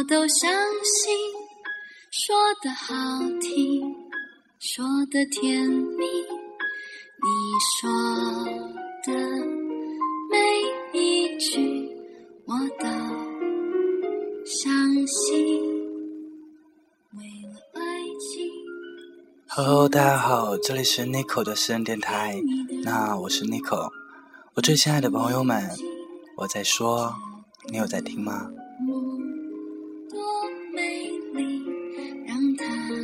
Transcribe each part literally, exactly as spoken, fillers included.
都相信，说得好听，说得甜蜜，你说的每一句我都相信，为了爱情。 Hello， 大家好，这里是 Nico 的私人电台，那我是 Nico， 我最亲爱的朋友们，我在说，你有在听吗？ 多美丽，让它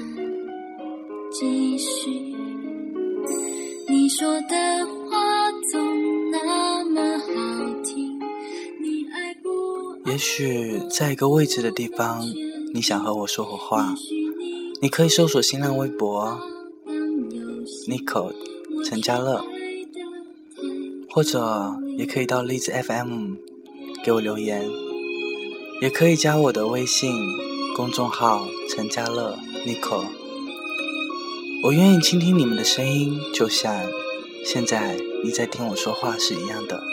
继续。你说的话总那么好听，你爱不爱？ 也许在一个未知的地方，你想和我说会话，你可以搜索新浪微博 Nico 陈家乐，或者也可以到荔枝 F M 给我留言，也可以加我的微信公众号陈家乐 Nico。 我愿意倾听你们的声音，就像现在你在听我说话是一样的。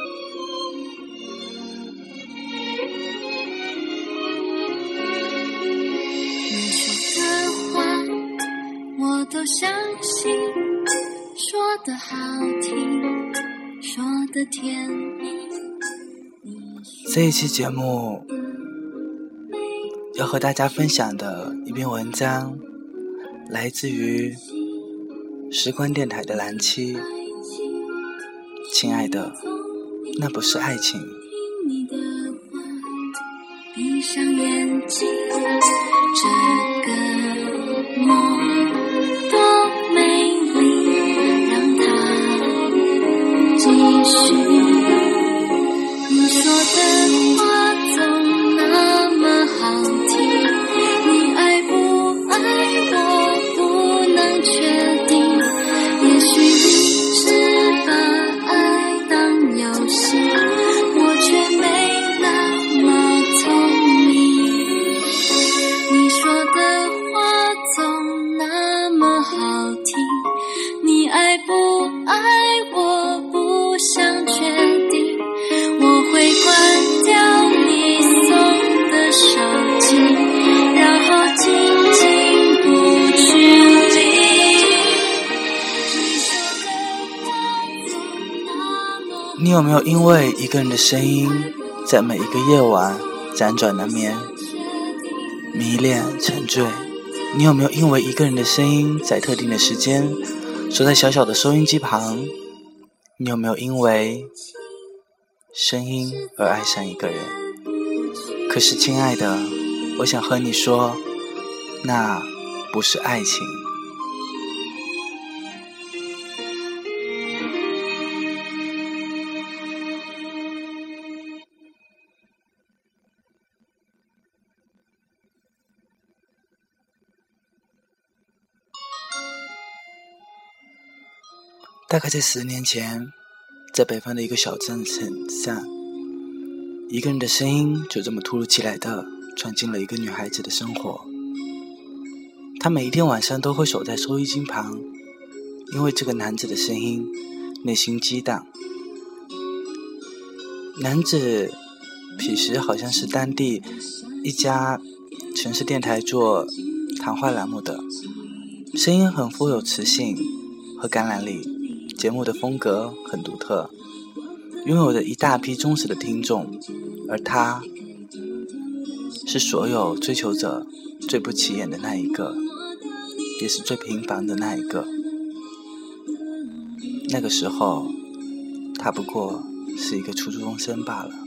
你说的话我都相信，说得好听，说得甜蜜。 这一期节目要和大家分享的一篇文章来自于时光电台的蓝七。亲爱的，那不是爱情。 闭上眼睛，这个梦多美丽，让它继续。你说的话总那么好听，你爱不爱我不能确定，也许你只把爱当游戏，我却没那么聪明。你说的话总那么好听，你爱不爱我不想确定，我会关掉你送的手机，然后静静不去理。 你有没有因为一个人的声音，在每一个夜晚辗转难眠，迷恋沉醉？你有没有因为一个人的声音，在特定的时间守在小小的收音机旁？你有没有因为声音而爱上一个人？可是亲爱的，我想和你说，那不是爱情。大概在十年前，在北方的一个小镇上，一个人的声音就这么突如其来的闯进了一个女孩子的生活。她每一天晚上都会守在收音机旁，因为这个男子的声音，内心激荡。男子彼时好像是当地一家城市电台做谈话栏目的，声音很富有磁性和感染力，节目的风格很独特，拥有着一大批忠实的听众，而他是所有追求者最不起眼的那一个，也是最平凡的那一个。那个时候，他不过是一个初中生罢了。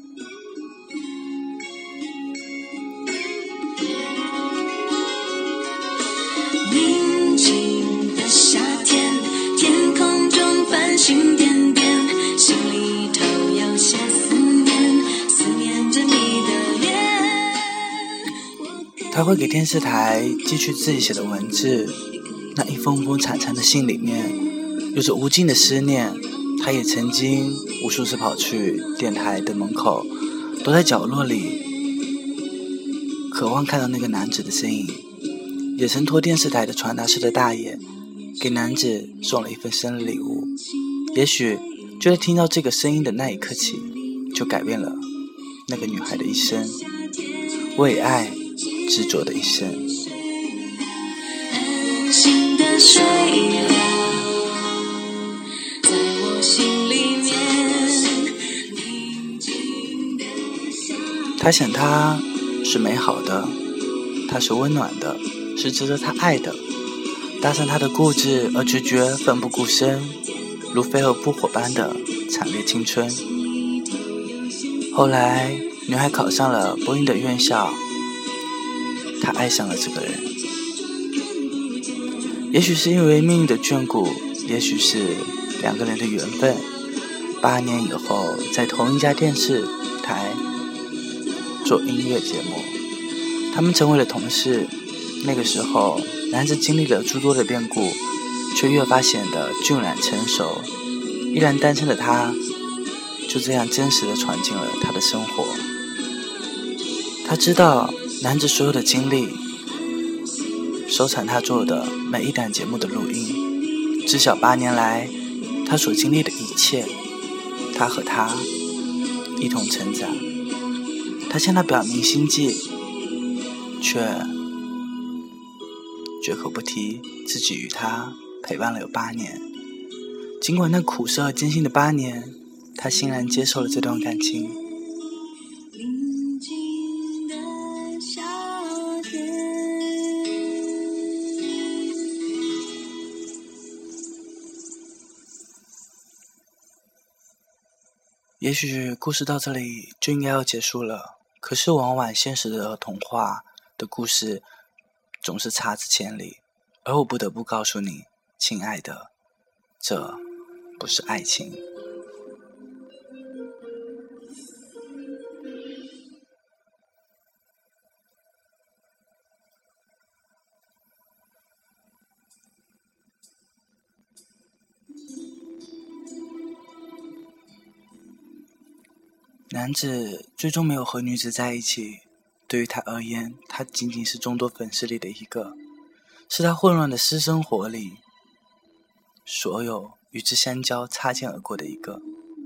宁静的夏天，天空中繁星点点，心里头有些思念，思念着你的脸。 他会给电视台寄去自己写的文字，那一封封长长的信里面有着无尽的思念。他也曾经无数次跑去电台的门口，躲在角落里，渴望看到那个男子的身影。也曾托电视台的传达室的大爷给男子送了一份生日礼物，也许就在听到这个声音的那一刻起，就改变了那个女孩的一生。为爱执着的一生。 安心的睡啊，在我心里面宁静的夏天。 他想他是美好的，他是温暖的，是值得他爱的。搭上他的固执而决绝，奋不顾身，如飞蛾扑火般的惨烈青春。后来女孩考上了播音的院校，她爱上了这个人。也许是因为命运的眷顾，也许是两个人的缘分。八年以后，在同一家电视台做音乐节目，他们成为了同事。那个时候，男子经历了诸多的变故，却越发显得俊朗成熟。依然单身的他，就这样真实地闯进了他的生活。他知道男子所有的经历，收藏他做的每一档节目的录音，知晓八年来他所经历的一切。他和他一同成长，他向他表明心迹，却绝口不提自己与他陪伴了有八年。尽管那苦涩而艰辛的八年，他欣然接受了这段感情。 宁静的夏天。 也许故事到这里就应该要结束了，可是往往现实的童话的故事总是差之千里，而我不得不告诉你，亲爱的，这不是爱情。男子最终没有和女子在一起，对于他而言，他仅仅是众多粉丝里的一个，是他混乱的私生活里所有与之相交擦肩而过的一个。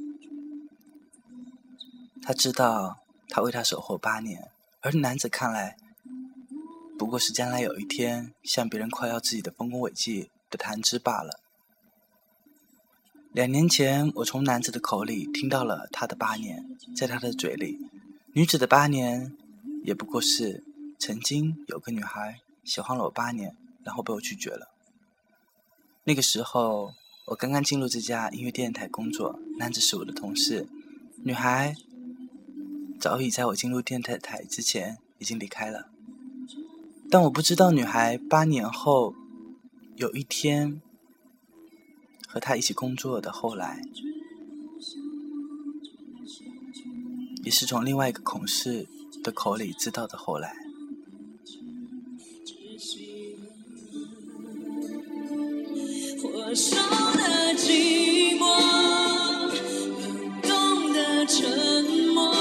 他知道他为他守候八年，而男子看来不过是将来有一天向别人夸耀自己的丰功伟绩的谈资罢了。两年前，我从男子的口里听到了他的八年，在他的嘴里，女子的八年也不过是曾经有个女孩喜欢了我八年，然后被我拒绝了。那个时候，我刚刚进入这家音乐电台工作，男子是我的同事，女孩早已在我进入电台台之前已经离开了。但我不知道女孩八年后有一天和他一起工作的后来，也是从另外一个同事的口里知道的后来。 火烧的寂寞，冷冻的沉默，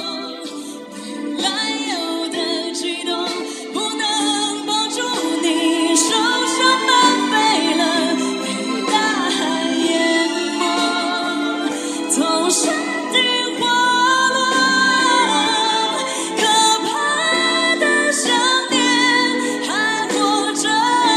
来有的悸动，不能抱住你，手上漫飞了，被大海淹没，从山顶滑落，可怕的想念还活着。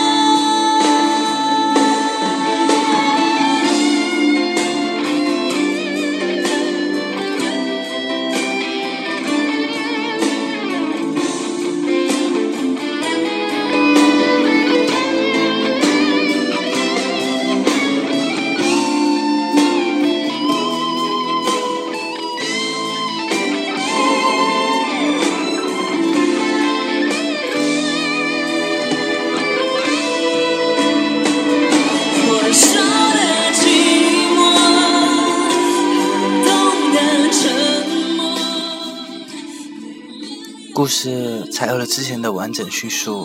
故事才有了之前的完整叙述。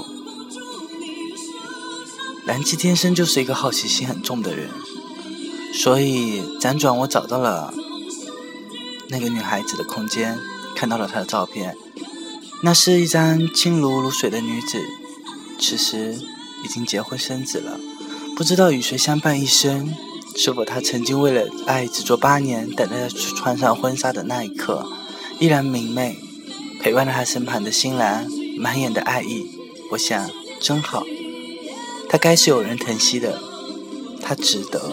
蓝七天生就是一个好奇心很重的人，所以辗转我找到了那个女孩子的空间，看到了她的照片。那是一张清如如水的女子，此时已经结婚生子了，不知道与谁相伴一生。是否她曾经为了爱只做八年，等待她穿上婚纱的那一刻依然明媚，陪伴在她身旁的新郎满眼的爱意，我想真好，他该是有人疼惜的，他值得。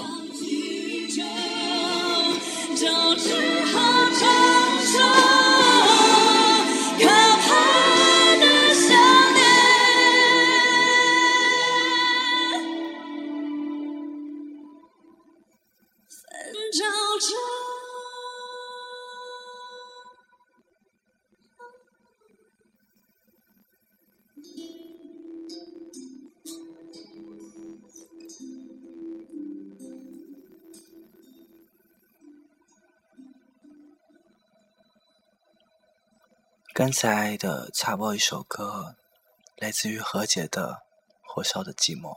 就只好承受可怕的想念，纷扰着刚才的插播一首歌，来自于何洁的《火烧的寂寞》。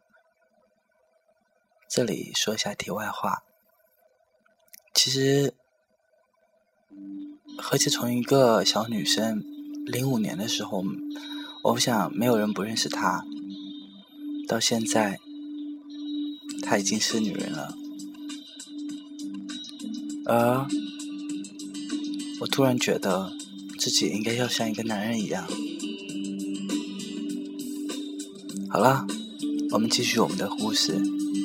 这里说一下题外话，其实何洁从一个小女生，零五年的时候，我想没有人不认识她，到现在，她已经是女人了。而我突然觉得自己应该要像一个男人一样。好了，我们继续我们的故事。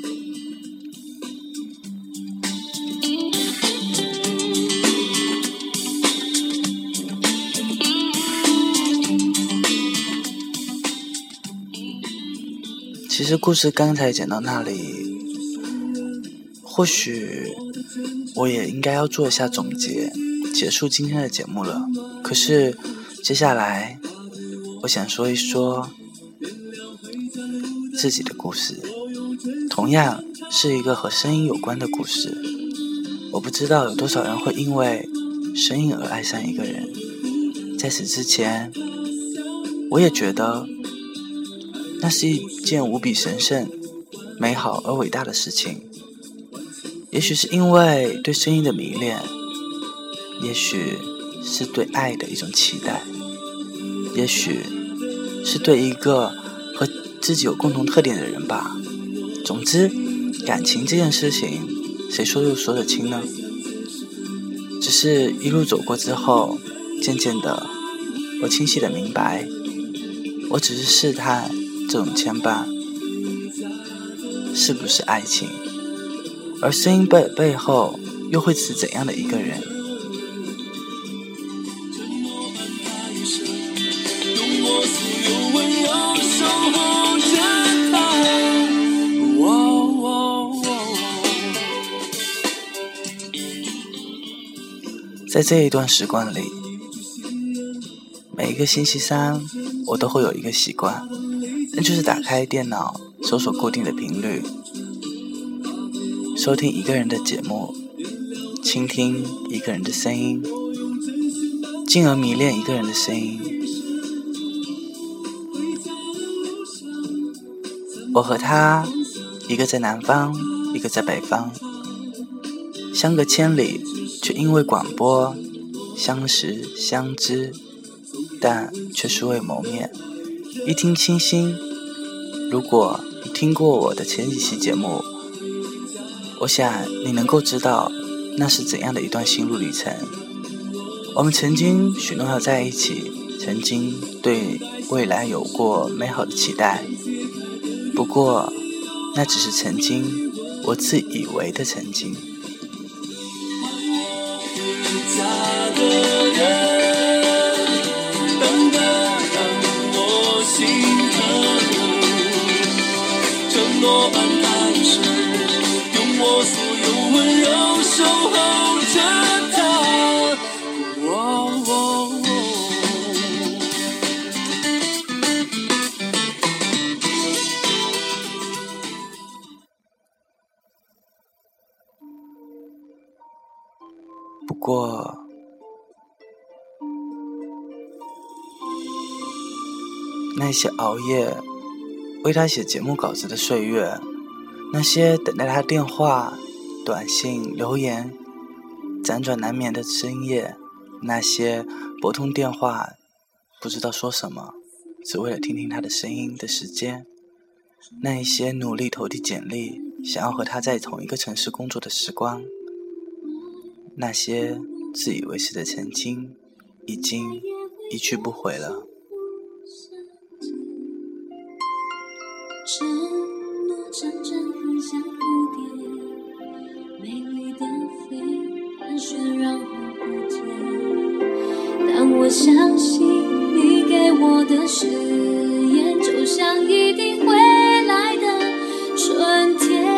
其实故事刚才讲到那里，或许我也应该要做一下总结，结束今天的节目了。可是接下来我想说一说自己的故事，同样是一个和声音有关的故事。我不知道有多少人会因为声音而爱上一个人，在此之前我也觉得那是一件无比神圣、美好而伟大的事情。也许是因为对声音的迷恋，也许是对爱的一种期待，也许是对一个和自己有共同特点的人吧。总之，感情这件事情，谁说又说得清呢？只是一路走过之后，渐渐的，我清晰的明白，我只是试探这种牵绊是不是爱情，而声音背背后又会是怎样的一个人？在这一段时光里，每一个星期三我都会有一个习惯，那就是打开电脑搜索固定的频率，收听一个人的节目，倾听一个人的声音，进而迷恋一个人的声音。我和他，一个在南方，一个在北方，相隔千里，却因为广播相识相知，但却素未谋面。一听清新，如果你听过我的前几期节目，我想你能够知道那是怎样的一段心路历程。我们曾经许诺要在一起，曾经对未来有过美好的期待，不过那只是曾经，我自以为的曾经。承诺般爱谁，用我所有温柔守候着他。哦哦哦，不过那些熬夜为他写节目稿子的岁月，那些等待他电话、短信、留言辗转难眠的深夜，那些拨通电话不知道说什么，只为了听听他的声音的时间，那一些努力投递简历，想要和他在同一个城市工作的时光，那些自以为是的曾经，已经一去不回了。 承诺常常很像蝴蝶，美丽的飞盘旋让我不解，但我相信你给我的誓言，就像一定会来的春天。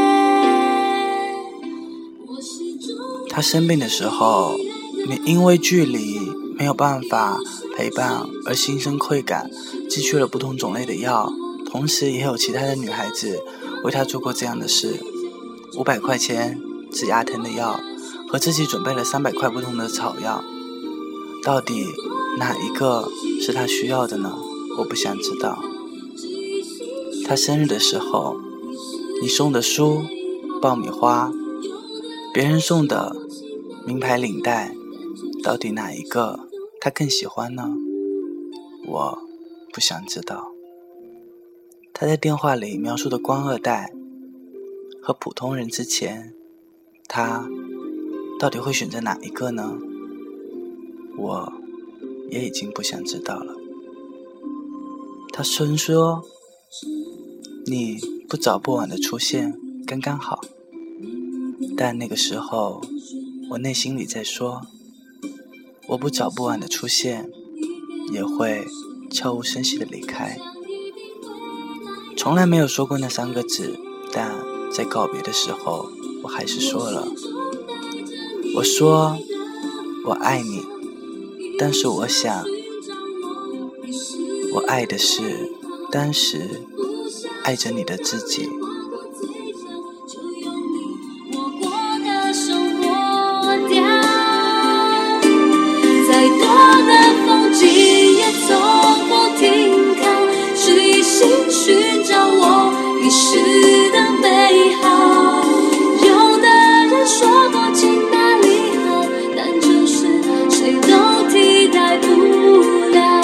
他生病的时候，你因为距离没有办法陪伴而心生愧感，寄去了不同种类的药，同时也有其他的女孩子为他做过这样的事。五百块钱止牙疼的药，和自己准备了三百块不同的草药，到底哪一个是他需要的呢？我不想知道。他生日的时候，你送的书、爆米花，别人送的名牌领带，到底哪一个他更喜欢呢？我不想知道。他在电话里描述的官二代和普通人之前，他到底会选择哪一个呢？我也已经不想知道了。他曾说，你不早不晚的出现刚刚好，但那个时候我内心里在说，我不早不晚的出现也会悄无声息的离开。从来没有说过那三个字，但在告别的时候我还是说了。我说我爱你，但是我想我爱的是当时爱着你的自己。 再多的风景也从不停靠，是一心寻找我遗失的美好。有的人说过情哪里好，但就是谁都替代不了。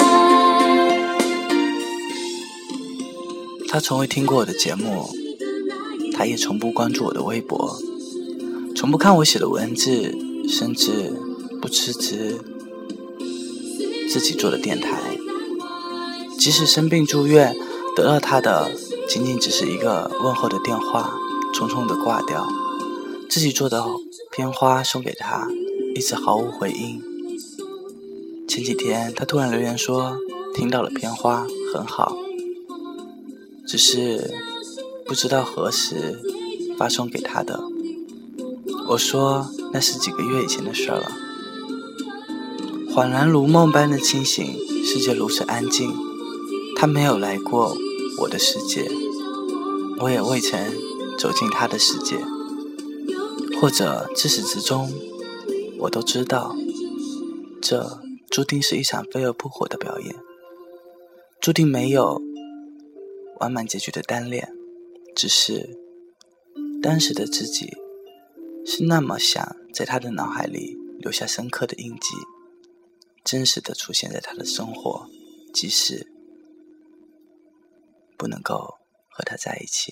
他从未听过我的节目，他也从不关注我的微博，从不看我写的文字，甚至不支持自己做的电台。即使生病住院，得到他的仅仅只是一个问候的电话，匆匆的挂掉。自己做的片花送给他，一直毫无回应。前几天他突然留言说听到了片花很好，只是不知道何时发送给他的。我说那是几个月以前的事了。恍然如梦般的清醒，世界如此安静，他没有来过我的世界，我也未曾走进他的世界。或者自始至终我都知道，这注定是一场飞蛾扑火的表演，注定没有完满结局的单恋。只是当时的自己是那么想在他的脑海里留下深刻的印记，真实的出现在他的生活，即使不能够和他在一起。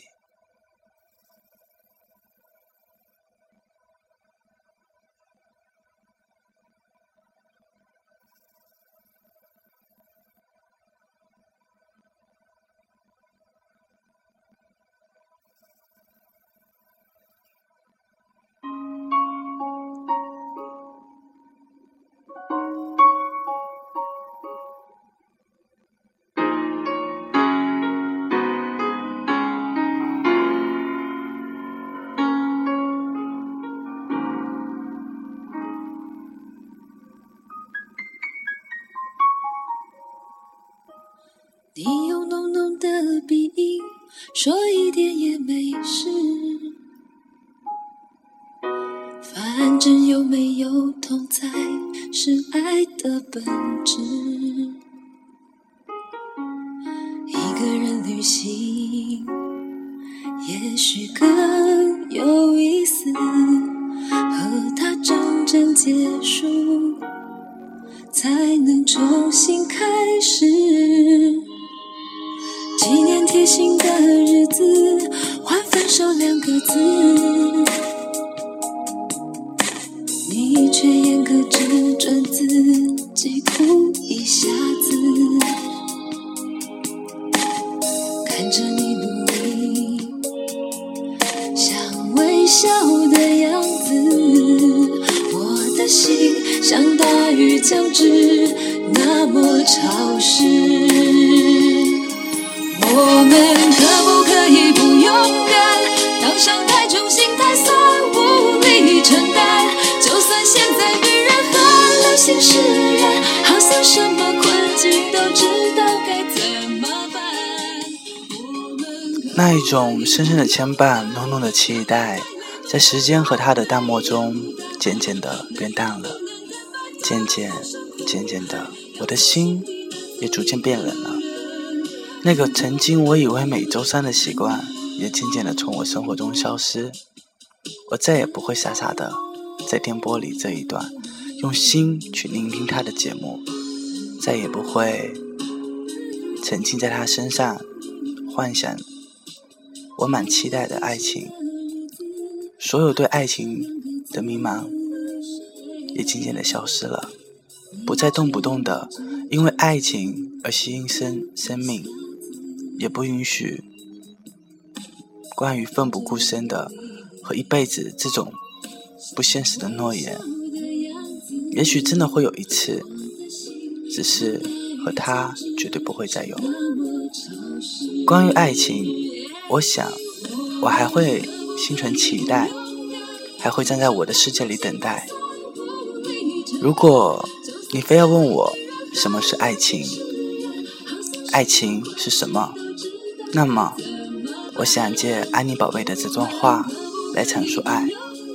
你用浓浓的鼻音说一点也没事，反正有没有痛才是爱的本质。一个人旅行也许更有意思，和他真正结束才能重新开始。纪念贴心的日子换分手两个字，你却严格只准自己哭一下子。看着你努雨交织，那么潮湿。我们可不可以不勇敢，当伤太重，心太酸，无力承担？就算现在女人很流行释然，好像什么困境都知道该怎么办。 那一种深深的牵绊，浓浓的期待，在时间和它的淡漠中渐渐的变淡了，渐渐渐渐的，我的心也逐渐变冷了。那个曾经我以为每周三的习惯也渐渐的从我生活中消失。我再也不会傻傻的在电波里这一段用心去聆听他的节目，再也不会沉浸在他身上幻想我蛮期待的爱情。所有对爱情的迷茫也渐渐的消失了，不再动不动的因为爱情而牺牲生命，也不允许关于奋不顾身的和一辈子这种不现实的诺言。也许真的会有一次，只是和他绝对不会再有。关于爱情，我想我还会心存期待，还会站在我的世界里等待。如果你非要问我什么是爱情，爱情是什么，那么我想借安妮宝贝的这段话来阐述爱。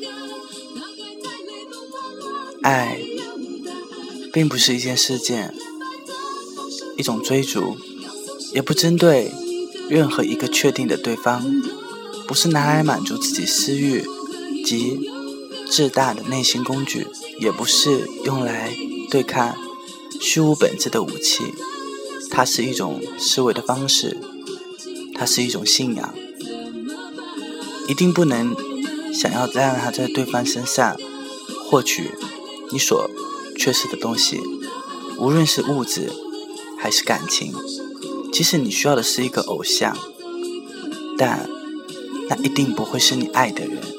爱并不是一件事件，一种追逐，也不针对任何一个确定的对方，不是拿来满足自己私欲及自大的内心工具，也不是用来对抗虚无本质的武器。它是一种思维的方式，它是一种信仰。一定不能想要让它在对方身上获取你所缺失的东西，无论是物质还是感情。即使你需要的是一个偶像，但那一定不会是你爱的人。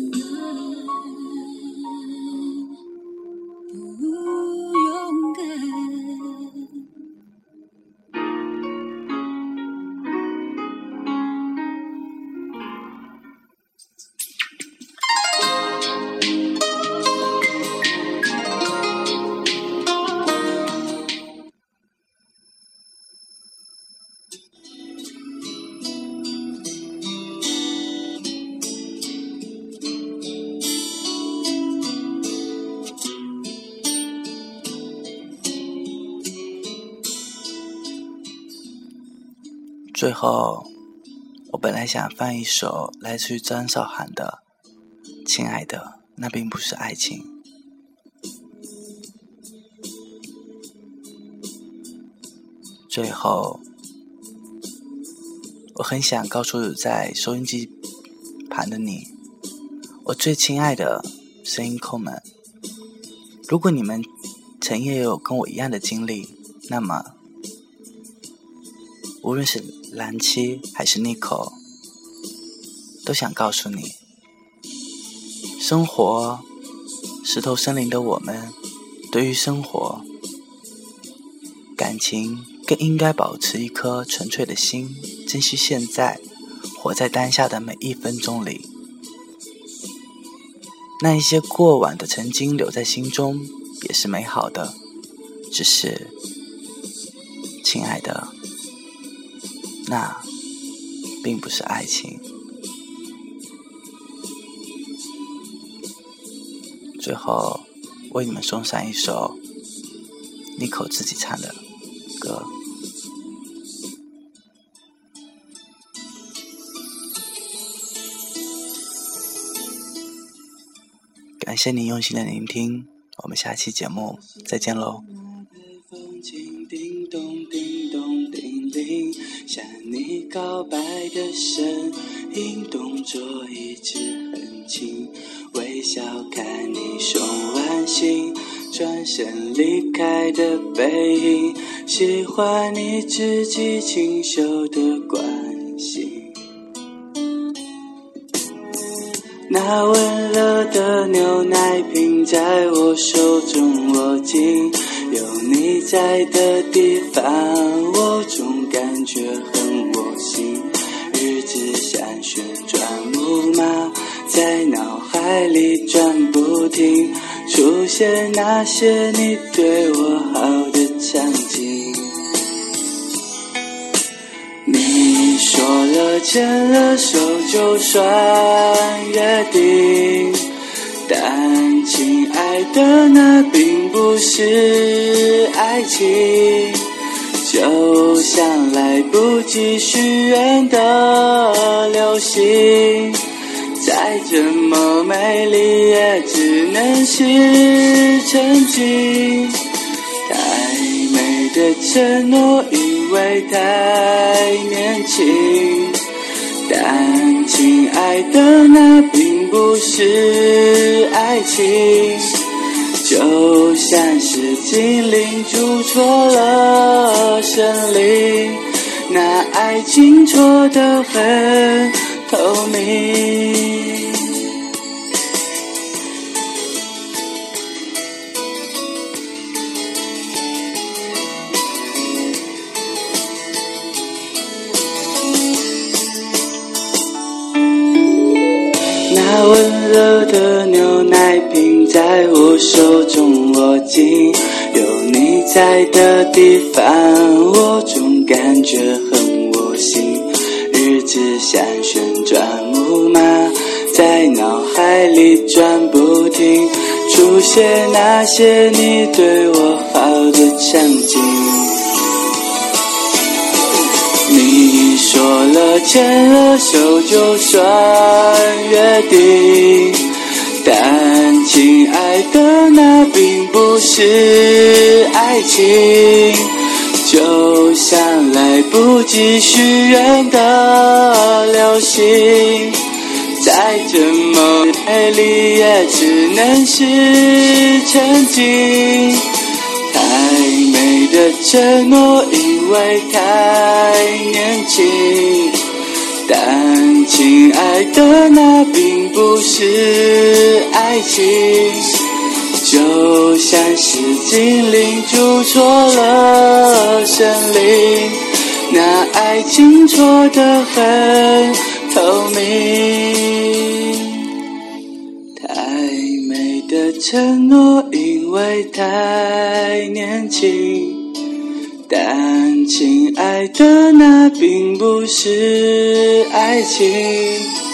最后，我本来想放一首来自于张韶涵的《亲爱的，那并不是爱情》。最后，我很想告诉在收音机旁的你，我最亲爱的声音控们，如果你们曾也有跟我一样的经历，那么无论是蓝七还是 Nico， 都想告诉你，生活石头森林的我们，对于生活感情更应该保持一颗纯粹的心，珍惜现在，活在当下的每一分钟里。那一些过往的曾经留在心中也是美好的，只是亲爱的，那并不是爱情。最后为你们送上一首 Nico 自己唱的歌。感谢你用心的聆听，我们下期节目再见喽。向你告白的声音，动作一直很轻，微笑看你送完信，转身离开的背影，喜欢你自己清秀的关心。那温热的牛奶瓶在我手中握紧，有你在的地方，我总感觉很窝心。日子像旋转木马，在脑海里转不停，出现那些你对我好的场景。你说了牵了手就算约定，但亲爱的那并不是爱情，就像来不及许愿的流星，再怎么美丽也只能是曾经。太美的承诺因为太年轻，但亲爱的那并不是爱情，就像是精灵住错了森林，那爱情错得很透明。那温热的牛奶瓶在我手中握紧，有你在的地方，我总感觉很窝心。日子像旋转木马，在脑海里转不停，出现那些你对我好的场景。你说了牵了手就算约定，但亲爱的那并不是爱情，就像来不及许愿的流星，再怎么美丽也只能是曾经。太美的承诺因为太年轻，但亲爱的那并不是爱情，就像是精灵住错了森林，那爱情错得很透明。太美的承诺因为太年轻，但亲爱的那并不是爱情。